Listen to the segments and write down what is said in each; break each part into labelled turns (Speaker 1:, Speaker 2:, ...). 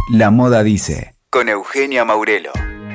Speaker 1: La Moda Dice, con Eugenia Maurelo.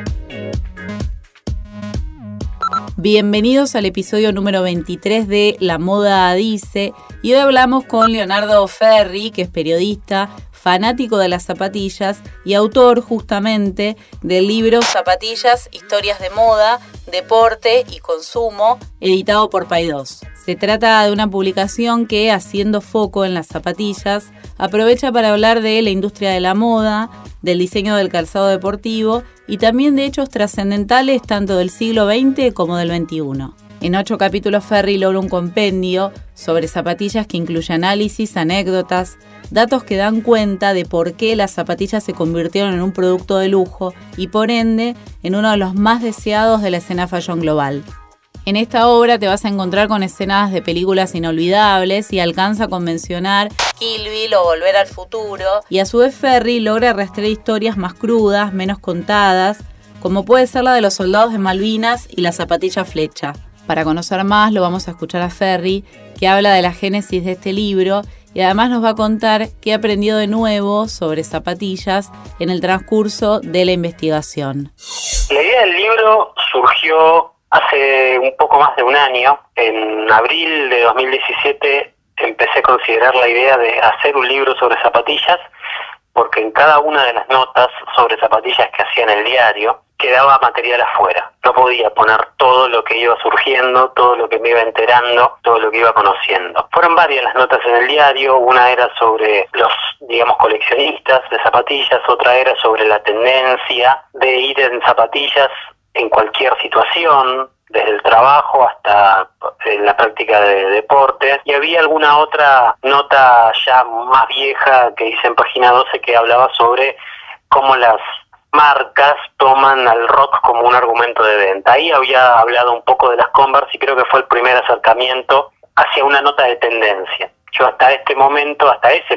Speaker 2: Bienvenidos al episodio número 23 de La Moda Dice, y hoy hablamos con Leonardo Ferri, que es periodista, fanático de las zapatillas y autor justamente del libro Zapatillas, Historias de Moda, Deporte y Consumo, editado por Paidós. Se trata de una publicación que, haciendo foco en las zapatillas, aprovecha para hablar de la industria de la moda, del diseño del calzado deportivo y también de hechos trascendentales tanto del siglo XX como del XXI. En 8 capítulos Ferri logra un compendio sobre zapatillas que incluye análisis, anécdotas, datos que dan cuenta de por qué las zapatillas se convirtieron en un producto de lujo y por ende en uno de los más deseados de la escena fashion global. En esta obra te vas a encontrar con escenas de películas inolvidables y alcanza con mencionar Kill Bill o Volver al Futuro, y a su vez Ferri logra arrastrar historias más crudas, menos contadas, como puede ser la de los soldados de Malvinas y la zapatilla flecha. Para conocer más lo vamos a escuchar a Ferri, que habla de la génesis de este libro y además nos va a contar qué ha aprendido de nuevo sobre zapatillas en el transcurso de la investigación.
Speaker 3: La idea del libro surgió hace un poco más de un año. En abril de 2017 empecé a considerar la idea de hacer un libro sobre zapatillas, porque en cada una de las notas sobre zapatillas que hacía en el diario quedaba material afuera. No podía poner todo lo que iba surgiendo, todo lo que me iba enterando, todo lo que iba conociendo. Fueron varias las notas en el diario. Una era sobre los, coleccionistas de zapatillas, otra era sobre la tendencia de ir en zapatillas en cualquier situación, desde el trabajo hasta en la práctica de deportes, y había alguna otra nota ya más vieja que hice en Página 12 que hablaba sobre cómo las marcas toman al rock como un argumento de venta. Ahí había hablado un poco de las Converse y creo que fue el primer acercamiento hacia una nota de tendencia. Yo hasta ese momento,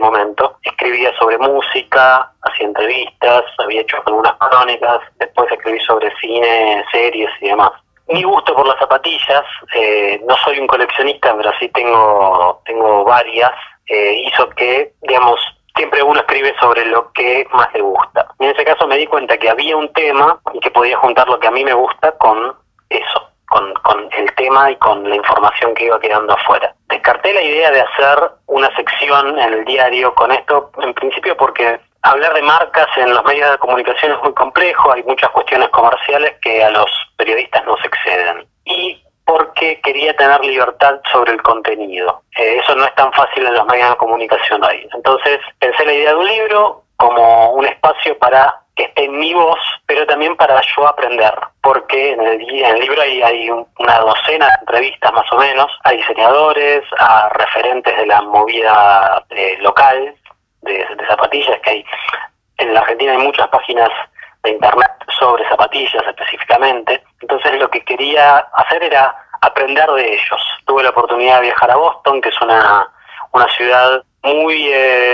Speaker 3: escribía sobre música, hacía entrevistas, había hecho algunas crónicas, después escribí sobre cine, series y demás. Mi gusto por las zapatillas, no soy un coleccionista, pero sí tengo varias, hizo que, siempre uno escribe sobre lo que más le gusta. Y en ese caso me di cuenta que había un tema y que podía juntar lo que a mí me gusta con eso, con el tema y con la información que iba quedando afuera. Descarté la idea de hacer una sección en el diario con esto, en principio porque hablar de marcas en los medios de comunicación es muy complejo, hay muchas cuestiones comerciales que a los periodistas nos exceden. Y porque quería tener libertad sobre el contenido. Eso no es tan fácil en los medios de comunicación hoy. Entonces pensé la idea de un libro como un espacio para que esté en mi voz, pero también para yo aprender, porque en el libro hay una docena de entrevistas más o menos, a diseñadores, a referentes de la movida local de zapatillas, que hay en la Argentina hay muchas páginas de internet sobre zapatillas específicamente. Entonces lo que quería hacer era aprender de ellos. Tuve la oportunidad de viajar a Boston, que es una ciudad muy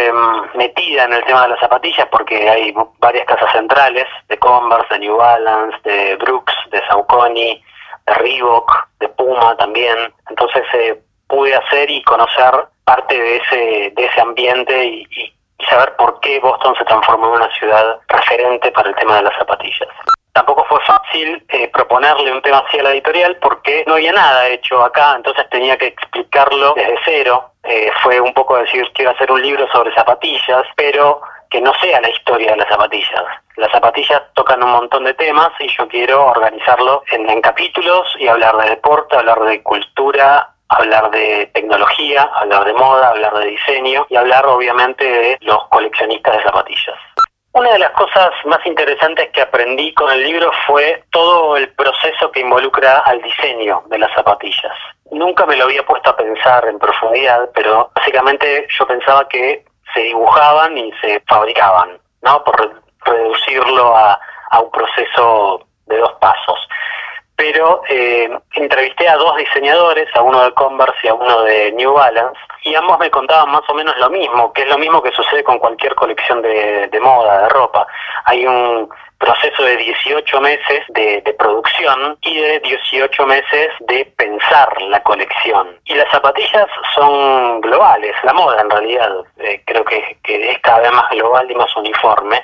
Speaker 3: metida en el tema de las zapatillas, porque hay varias casas centrales de Converse, de New Balance, de Brooks, de Saucony, de Reebok, de Puma también. Entonces pude hacer y conocer parte de ese ambiente y saber por qué Boston se transformó en una ciudad referente para el tema de las zapatillas. Tampoco fue fácil proponerle un tema así a la editorial porque no había nada hecho acá, entonces tenía que explicarlo desde cero. Fue un poco decir, quiero hacer un libro sobre zapatillas, pero que no sea la historia de las zapatillas. Las zapatillas tocan un montón de temas y yo quiero organizarlo en capítulos y hablar de deporte, hablar de cultura, hablar de tecnología, hablar de moda, hablar de diseño y hablar obviamente de los coleccionistas de zapatillas. Una de las cosas más interesantes que aprendí con el libro fue todo el proceso que involucra al diseño de las zapatillas. Nunca me lo había puesto a pensar en profundidad, pero básicamente yo pensaba que se dibujaban y se fabricaban, ¿no? Por reducirlo a un proceso de 2 pasos. Pero entrevisté a 2 diseñadores, a uno de Converse y a uno de New Balance, y ambos me contaban más o menos lo mismo, que es lo mismo que sucede con cualquier colección de moda, de ropa. Hay un proceso de 18 meses de producción y de 18 meses de pensar la colección. Y las zapatillas son globales, la moda en realidad creo que es cada vez más global y más uniforme.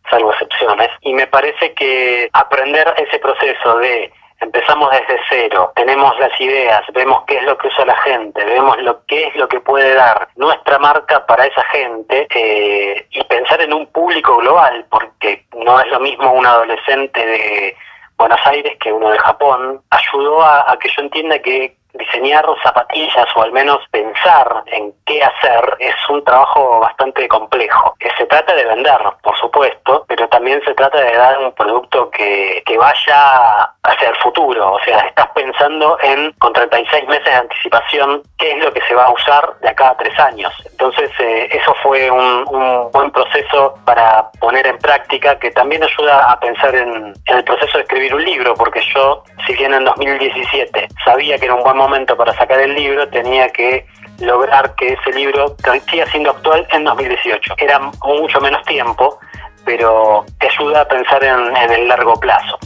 Speaker 3: salvo excepciones, y me parece que aprender ese proceso de empezamos desde cero, tenemos las ideas, vemos qué es lo que usa la gente, vemos qué es lo que puede dar nuestra marca para esa gente, y pensar en un público global, porque no es lo mismo un adolescente de Buenos Aires que uno de Japón, ayudó a que yo entienda que diseñar zapatillas o al menos pensar en qué hacer es un trabajo bastante complejo. Se trata de vender, por supuesto, pero también se trata de dar un producto que vaya hacia el futuro. O sea, estás pensando con 36 meses de anticipación qué es lo que se va a usar de acá a 3 años. Entonces eso fue un buen proceso para poner en práctica, que también ayuda a pensar en el proceso de escribir un libro, porque yo, si bien en 2017 sabía que era un buen momento para sacar el libro, tenía que lograr que ese libro siga siendo actual en 2018. Era mucho menos tiempo, pero te ayuda a pensar en el largo plazo.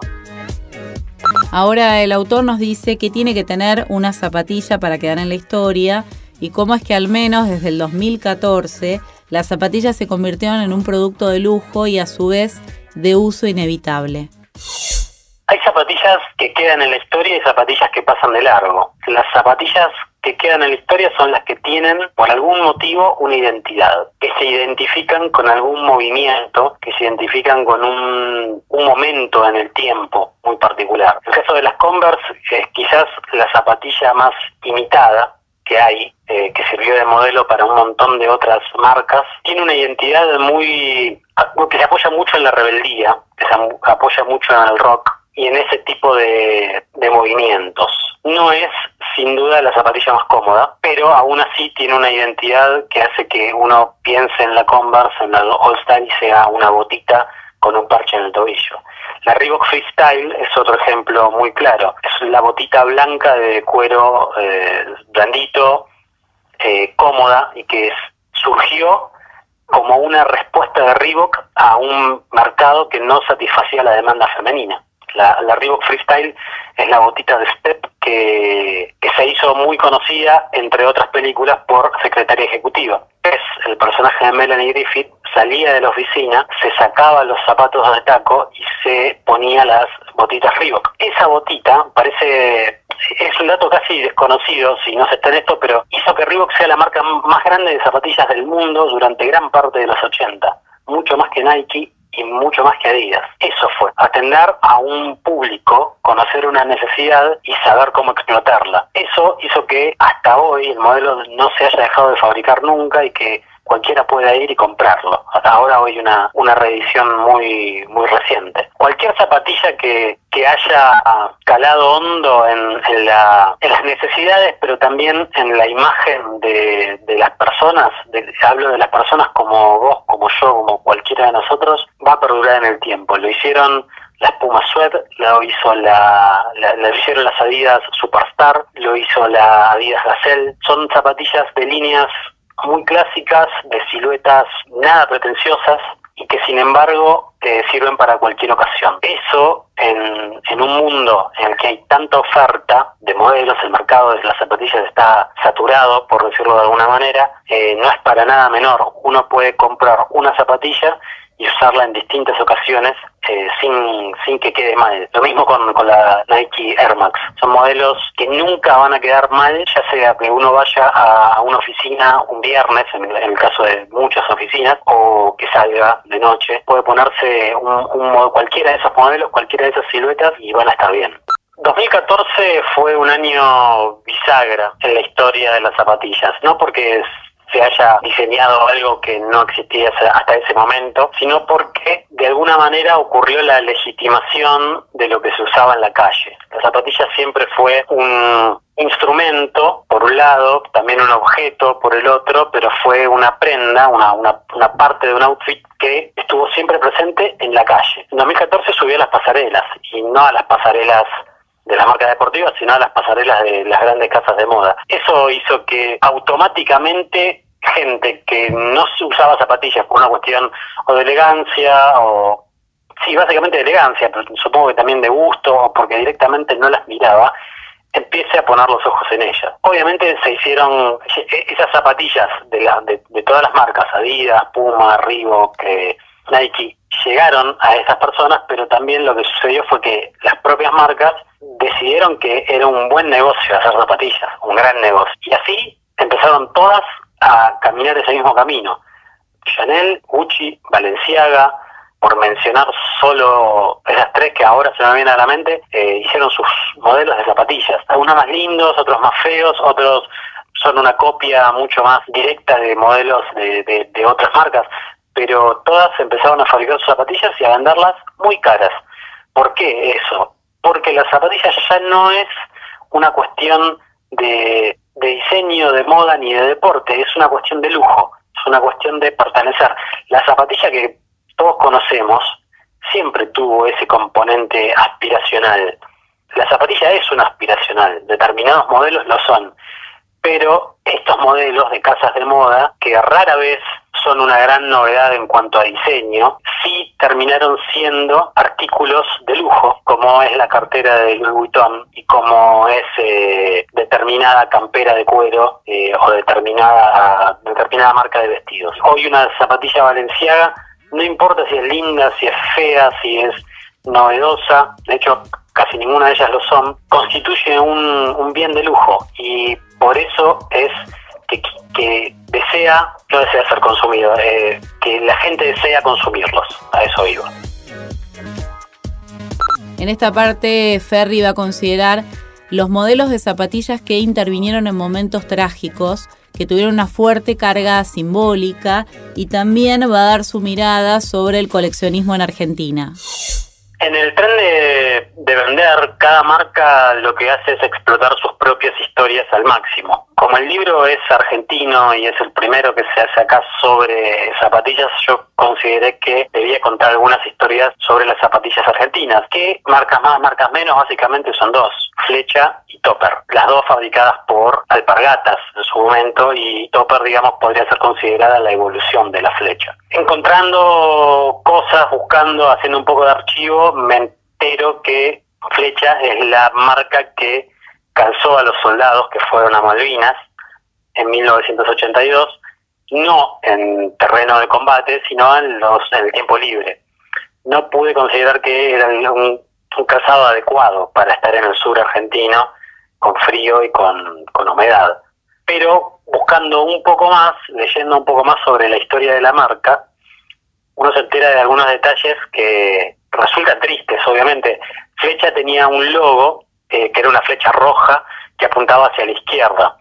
Speaker 2: Ahora el autor nos dice que tiene que tener una zapatilla para quedar en la historia y cómo es que al menos desde el 2014 las zapatillas se convirtieron en un producto de lujo y a su vez de uso inevitable.
Speaker 3: Hay zapatillas que quedan en la historia y zapatillas que pasan de largo. Las zapatillas que quedan en la historia son las que tienen, por algún motivo, una identidad, que se identifican con algún movimiento, que se identifican con un momento en el tiempo muy particular. El caso de las Converse es quizás la zapatilla más imitada que hay, que sirvió de modelo para un montón de otras marcas. Tiene una identidad que se apoya mucho en la rebeldía, que se apoya mucho en el rock y en ese tipo de movimientos. No es, sin duda, la zapatilla más cómoda, pero aún así tiene una identidad que hace que uno piense en la Converse, en la All Star, y sea una botita con un parche en el tobillo. La Reebok Freestyle es otro ejemplo muy claro. Es la botita blanca de cuero blandito, cómoda, y que surgió como una respuesta de Reebok a un mercado que no satisfacía la demanda femenina. La Reebok Freestyle es la botita de Step que se hizo muy conocida, entre otras películas, por Secretaria Ejecutiva. El personaje de Melanie Griffith salía de la oficina, se sacaba los zapatos de taco y se ponía las botitas Reebok. Esa botita es un dato casi desconocido si no se está en esto, pero hizo que Reebok sea la marca más grande de zapatillas del mundo durante gran parte de los 80, mucho más que Nike y mucho más que Adidas. Eso fue, atender a un público, conocer una necesidad y saber cómo explotarla. Eso hizo que hasta hoy el modelo no se haya dejado de fabricar nunca y que cualquiera pueda ir y comprarlo. Hasta ahora hoy una reedición muy muy reciente. Cualquier zapatilla que haya calado hondo en las necesidades, pero también en la imagen de las personas, hablo de las personas como vos, como yo, como cualquiera de nosotros, va a perdurar en el tiempo. Lo hicieron las Puma Suede, lo hicieron las Adidas Superstar, lo hizo la Adidas Gazelle. Son zapatillas de líneas muy clásicas, de siluetas nada pretenciosas y que sin embargo sirven para cualquier ocasión. Eso en un mundo en el que hay tanta oferta de modelos, el mercado de las zapatillas está saturado, por decirlo de alguna manera, no es para nada menor. Uno puede comprar una zapatilla y usarla en distintas ocasiones sin que quede mal. Lo mismo con la Nike Air Max. Son modelos que nunca van a quedar mal, ya sea que uno vaya a una oficina un viernes, en el caso de muchas oficinas, o que salga de noche. Puede ponerse cualquiera de esos modelos, cualquiera de esas siluetas y van a estar bien. 2014 fue un año bisagra en la historia de las zapatillas, no porque se haya diseñado algo que no existía hasta ese momento, sino porque de alguna manera ocurrió la legitimación de lo que se usaba en la calle. La zapatilla siempre fue un instrumento, por un lado, también un objeto por el otro, pero fue una prenda, una parte de un outfit que estuvo siempre presente en la calle. En 2014 subió a las pasarelas, y no a las pasarelas de las marcas deportivas, sino a las pasarelas de las grandes casas de moda. Eso hizo que automáticamente gente que no usaba zapatillas por una cuestión o de elegancia, o sí, básicamente de elegancia, pero supongo que también de gusto, o porque directamente no las miraba, empiece a poner los ojos en ellas. Obviamente se hicieron esas zapatillas de todas las marcas, Adidas, Puma, Reebok, Nike, llegaron a esas personas, pero también lo que sucedió fue que las propias marcas decidieron que era un buen negocio hacer zapatillas, un gran negocio. Y así empezaron todas a caminar ese mismo camino. Chanel, Gucci, Balenciaga, por mencionar solo esas tres que ahora se me vienen a la mente, hicieron sus modelos de zapatillas. Algunos más lindos, otros más feos, otros son una copia mucho más directa de modelos de otras marcas, pero todas empezaron a fabricar sus zapatillas y a venderlas muy caras. ¿Por qué eso? Porque las zapatillas ya no es una cuestión de diseño, de moda ni de deporte, es una cuestión de lujo, es una cuestión de pertenecer. La zapatilla que todos conocemos siempre tuvo ese componente aspiracional. La zapatilla es una aspiracional, determinados modelos lo son, pero estos modelos de casas de moda, que rara vez son una gran novedad en cuanto a diseño, sí terminaron siendo artículos de lujo, como es la cartera de Louis Vuitton y como es determinada campera de cuero o determinada marca de vestidos. Hoy una zapatilla Balenciaga, no importa si es linda, si es fea, si es novedosa, de hecho casi ninguna de ellas lo son, constituye un bien de lujo y por eso es que no desea ser consumido, que la gente desea consumirlos, a eso iba.
Speaker 2: En esta parte Ferri va a considerar los modelos de zapatillas que intervinieron en momentos trágicos, que tuvieron una fuerte carga simbólica, y también va a dar su mirada sobre el coleccionismo en Argentina.
Speaker 3: En el tren de vender, cada marca lo que hace es explotar sus propias historias al máximo. Como el libro es argentino y es el primero que se hace acá sobre zapatillas, yo consideré que debía contar algunas historias sobre las zapatillas argentinas, que marcas más, marcas menos, básicamente son dos, Flecha y Topper. Las dos fabricadas por Alpargatas en su momento, y Topper, digamos, podría ser considerada la evolución de la Flecha. Encontrando cosas, buscando, haciendo un poco de archivo, me entero que Flecha es la marca que calzó a los soldados que fueron a Malvinas en 1982, no en terreno de combate, sino en el tiempo libre. No pude considerar que era un calzado adecuado para estar en el sur argentino, con frío y con humedad. Pero buscando un poco más, leyendo un poco más sobre la historia de la marca, uno se entera de algunos detalles que resultan tristes, obviamente. Flecha tenía un logo, que era una flecha roja que apuntaba hacia la izquierda,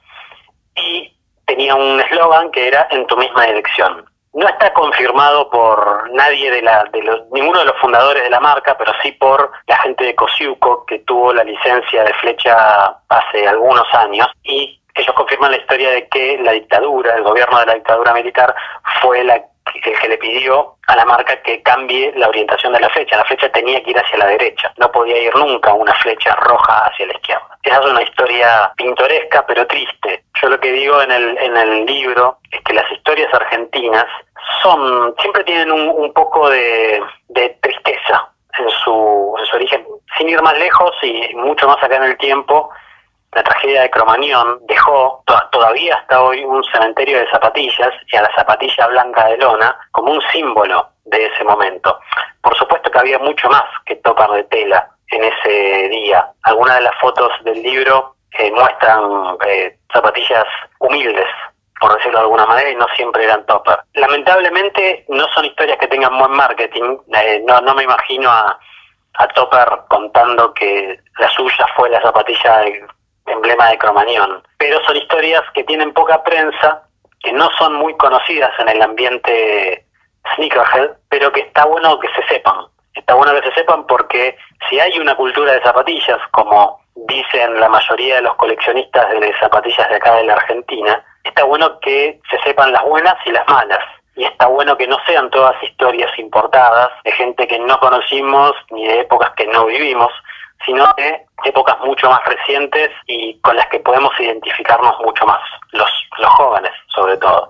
Speaker 3: y tenía un eslogan que era "en tu misma dirección". No está confirmado por nadie ninguno de los fundadores de la marca, pero sí por la gente de Kosciuszko, que tuvo la licencia de Flecha hace algunos años, y ellos confirman la historia de que la dictadura, el gobierno de la dictadura militar, fue el que le pidió a la marca que cambie la orientación de la flecha. La flecha tenía que ir hacia la derecha, no podía ir nunca una flecha roja hacia la izquierda. Esa es una historia pintoresca pero triste. Yo lo que digo en el libro es que las historias argentinas siempre tienen un poco de tristeza en su origen. Sin ir más lejos y mucho más acá en el tiempo, la tragedia de Cromañón dejó todavía hasta hoy un cementerio de zapatillas, y a la zapatilla blanca de lona como un símbolo de ese momento. Por supuesto que había mucho más que Topper de tela en ese día. Algunas de las fotos del libro muestran zapatillas humildes, por decirlo de alguna manera, y no siempre eran Topper. Lamentablemente no son historias que tengan buen marketing. No me imagino a Topper contando que la suya fue la zapatilla emblema de Cromañón, pero son historias que tienen poca prensa, que no son muy conocidas en el ambiente sneakerhead, pero que está bueno que se sepan. Está bueno que se sepan porque si hay una cultura de zapatillas, como dicen la mayoría de los coleccionistas de zapatillas de acá de la Argentina, está bueno que se sepan las buenas y las malas. Y está bueno que no sean todas historias importadas de gente que no conocimos ni de épocas que no vivimos, sino de épocas mucho más recientes y con las que podemos identificarnos mucho más, los jóvenes sobre todo.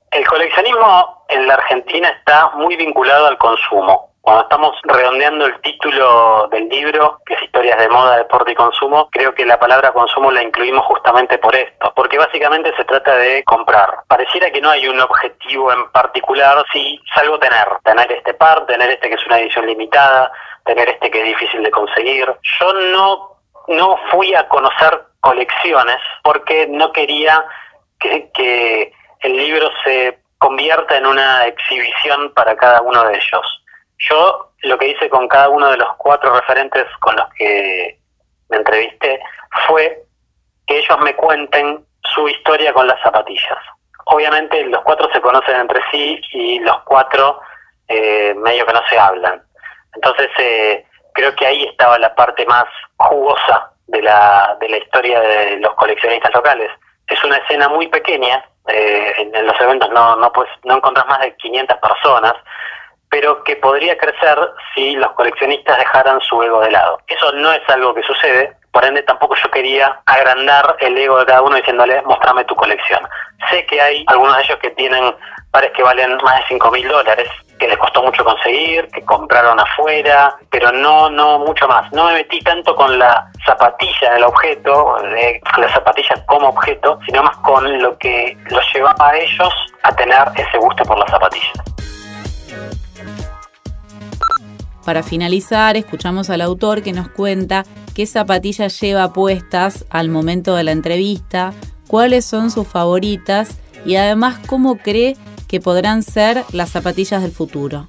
Speaker 3: El coleccionismo en la Argentina está muy vinculado al consumo. Cuando estamos redondeando el título del libro, que es Historias de Moda, Deporte y Consumo, creo que la palabra consumo la incluimos justamente por esto, porque básicamente se trata de comprar. Pareciera que no hay un objetivo en particular, sí, salvo tener este par, tener este que es una edición limitada, tener este que es difícil de conseguir. Yo no fui a conocer colecciones porque no quería que el libro se convierta en una exhibición para cada uno de ellos. Yo lo que hice con cada uno de los 4 referentes con los que me entrevisté fue que ellos me cuenten su historia con las zapatillas. Obviamente los 4 se conocen entre sí y los 4 medio que no se hablan. Entonces creo que ahí estaba la parte más jugosa de la historia de los coleccionistas locales. Es una escena muy pequeña, en los eventos no encontrás más de 500 personas, pero que podría crecer si los coleccionistas dejaran su ego de lado. Eso no es algo que sucede, por ende tampoco yo quería agrandar el ego de cada uno diciéndole, mostrame tu colección. Sé que hay algunos de ellos que tienen pares que valen más de $5.000, que les costó mucho conseguir, que compraron afuera, pero no mucho más. No me metí tanto con la zapatilla, el objeto, la zapatilla como objeto, sino más con lo que los llevaba a ellos a tener ese gusto por las zapatillas.
Speaker 2: Para finalizar, escuchamos al autor que nos cuenta qué zapatillas lleva puestas al momento de la entrevista, cuáles son sus favoritas y además cómo cree que podrán ser las zapatillas del futuro.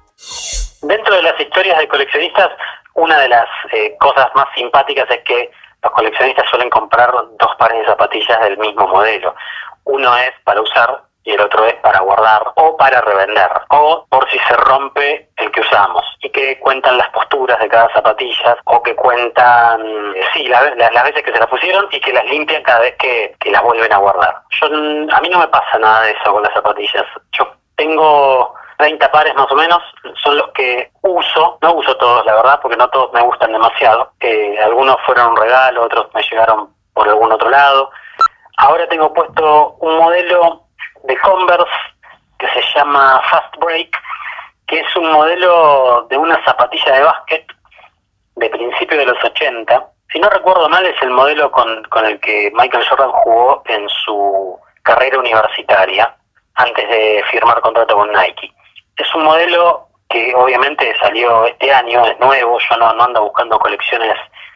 Speaker 3: Dentro de las historias de coleccionistas, una de las cosas más simpáticas es que los coleccionistas suelen comprar 2 pares de zapatillas del mismo modelo. Uno es para usar y el otro es para guardar o para revender, o por si se rompe el que usamos, y que cuentan las posturas de cada zapatilla, o que cuentan las veces que se las pusieron y que las limpian cada vez que las vuelven a guardar. A mí no me pasa nada de eso con las zapatillas. Yo tengo 30 pares más o menos, son los que uso, no uso todos la verdad, porque no todos me gustan demasiado. Algunos fueron un regalo, otros me llegaron por algún otro lado. Ahora tengo puesto un modelo de Converse que se llama Fast Break, que es un modelo de una zapatilla de básquet de principios de los 80. Si no recuerdo mal, es el modelo con el que Michael Jordan jugó en su carrera universitaria antes de firmar contrato con Nike. Es un modelo que obviamente salió este año, es nuevo, yo no ando buscando colecciones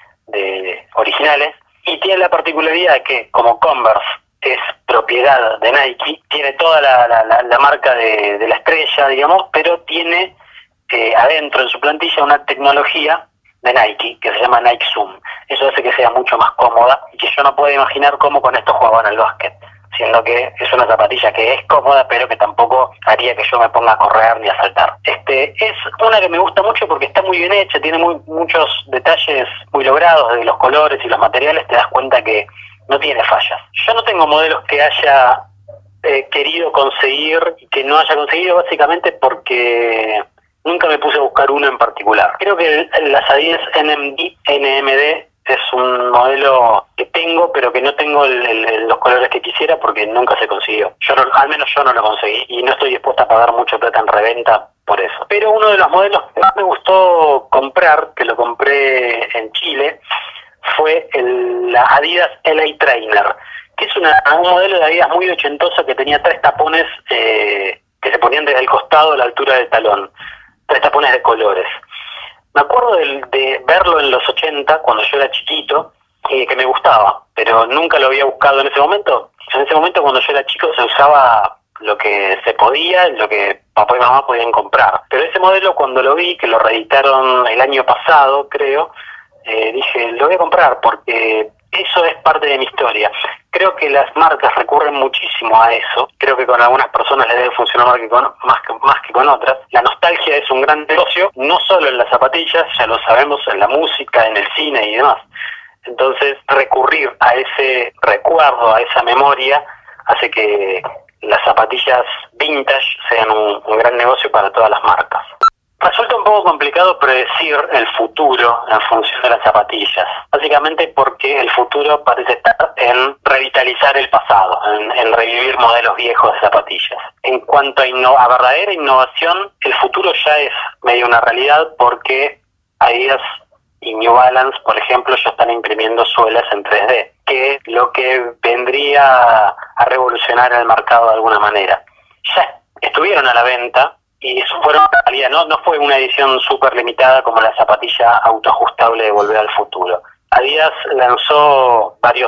Speaker 3: originales, y tiene la particularidad de que como Converse es propiedad de Nike, tiene toda la marca de la estrella, digamos, pero tiene adentro en su plantilla una tecnología de Nike que se llama Nike Zoom. Eso hace que sea mucho más cómoda y que yo no puedo imaginar cómo con esto jugaban al básquet, siendo que es una zapatilla que es cómoda, pero que tampoco haría que yo me ponga a correr ni a saltar. Es una que me gusta mucho porque está muy bien hecha, tiene muchos detalles muy logrados, de los colores y los materiales, te das cuenta que no tiene fallas. Yo no tengo modelos que haya querido conseguir y que no haya conseguido, básicamente porque nunca me puse a buscar uno en particular. Creo que las Adidas NMD es un modelo que tengo, pero que no tengo los colores que quisiera porque nunca se consiguió. Al menos yo no lo conseguí y no estoy dispuesta a pagar mucha plata en reventa por eso. Pero uno de los modelos que más me gustó comprar, que lo compré en Chile, fue la Adidas LA Trainer, que es un modelo de Adidas muy ochentoso que tenía 3 tapones que se ponían desde el costado a la altura del talón, 3 tapones de colores. Me acuerdo de verlo en los 80, cuando yo era chiquito, y que me gustaba, pero nunca lo había buscado en ese momento. En ese momento, cuando yo era chico, se usaba lo que se podía, lo que papá y mamá podían comprar. Pero ese modelo, cuando lo vi, que lo reeditaron el año pasado, creo, dije, lo voy a comprar porque eso es parte de mi historia. Creo que las marcas recurren muchísimo a eso. Creo que con algunas personas les debe funcionar más que con otras. La nostalgia es un gran negocio, no solo en las zapatillas, ya lo sabemos, en la música, en el cine y demás. Entonces, recurrir a ese recuerdo, a esa memoria, hace que las zapatillas vintage sean un gran negocio para todas las marcas. Resulta un poco complicado predecir el futuro en función de las zapatillas, básicamente porque el futuro parece estar en revitalizar el pasado, en revivir modelos viejos de zapatillas. En cuanto a verdadera innovación, el futuro ya es medio una realidad porque Adidas y New Balance, por ejemplo, ya están imprimiendo suelas en 3D, que es lo que vendría a revolucionar el mercado de alguna manera. Ya estuvieron a la venta y fueron en realidad, no fue una edición súper limitada como la zapatilla autoajustable de Volver al Futuro. Adidas lanzó varios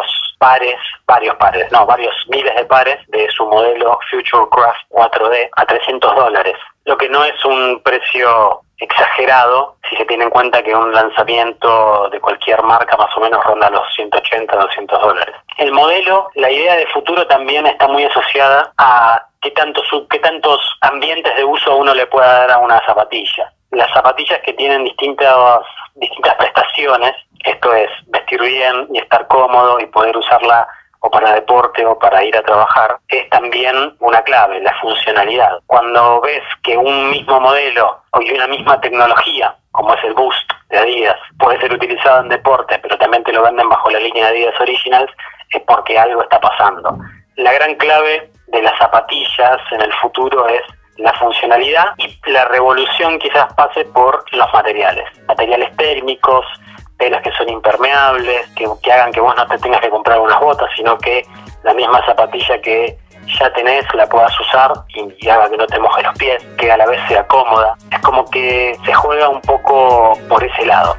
Speaker 3: miles de pares de su modelo Futurecraft 4D a $300, lo que no es un precio exagerado si se tiene en cuenta que un lanzamiento de cualquier marca más o menos ronda los $180-200. El modelo, la idea de futuro también está muy asociada a qué tantos ambientes de uso uno le pueda dar a una zapatilla. Las zapatillas que tienen distintas prestaciones, esto es vestir bien y estar cómodo y poder usarla o para deporte o para ir a trabajar, es también una clave, la funcionalidad. Cuando ves que un mismo modelo y una misma tecnología, como es el Boost de Adidas, puede ser utilizado en deporte, pero también te lo venden bajo la línea de Adidas Originals, es porque algo está pasando. La gran clave de las zapatillas en el futuro es la funcionalidad, y la revolución quizás pase por los materiales térmicos, telas que son impermeables, que hagan que vos no te tengas que comprar unas botas, sino que la misma zapatilla que ya tenés la puedas usar y haga que no te moje los pies, que a la vez sea cómoda. Es como que se juega un poco por ese lado.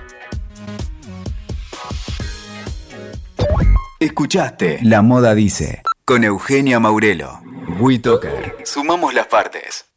Speaker 1: Escuchaste La Moda Dice con Eugenia Maurelo. WeToker. Sumamos las partes.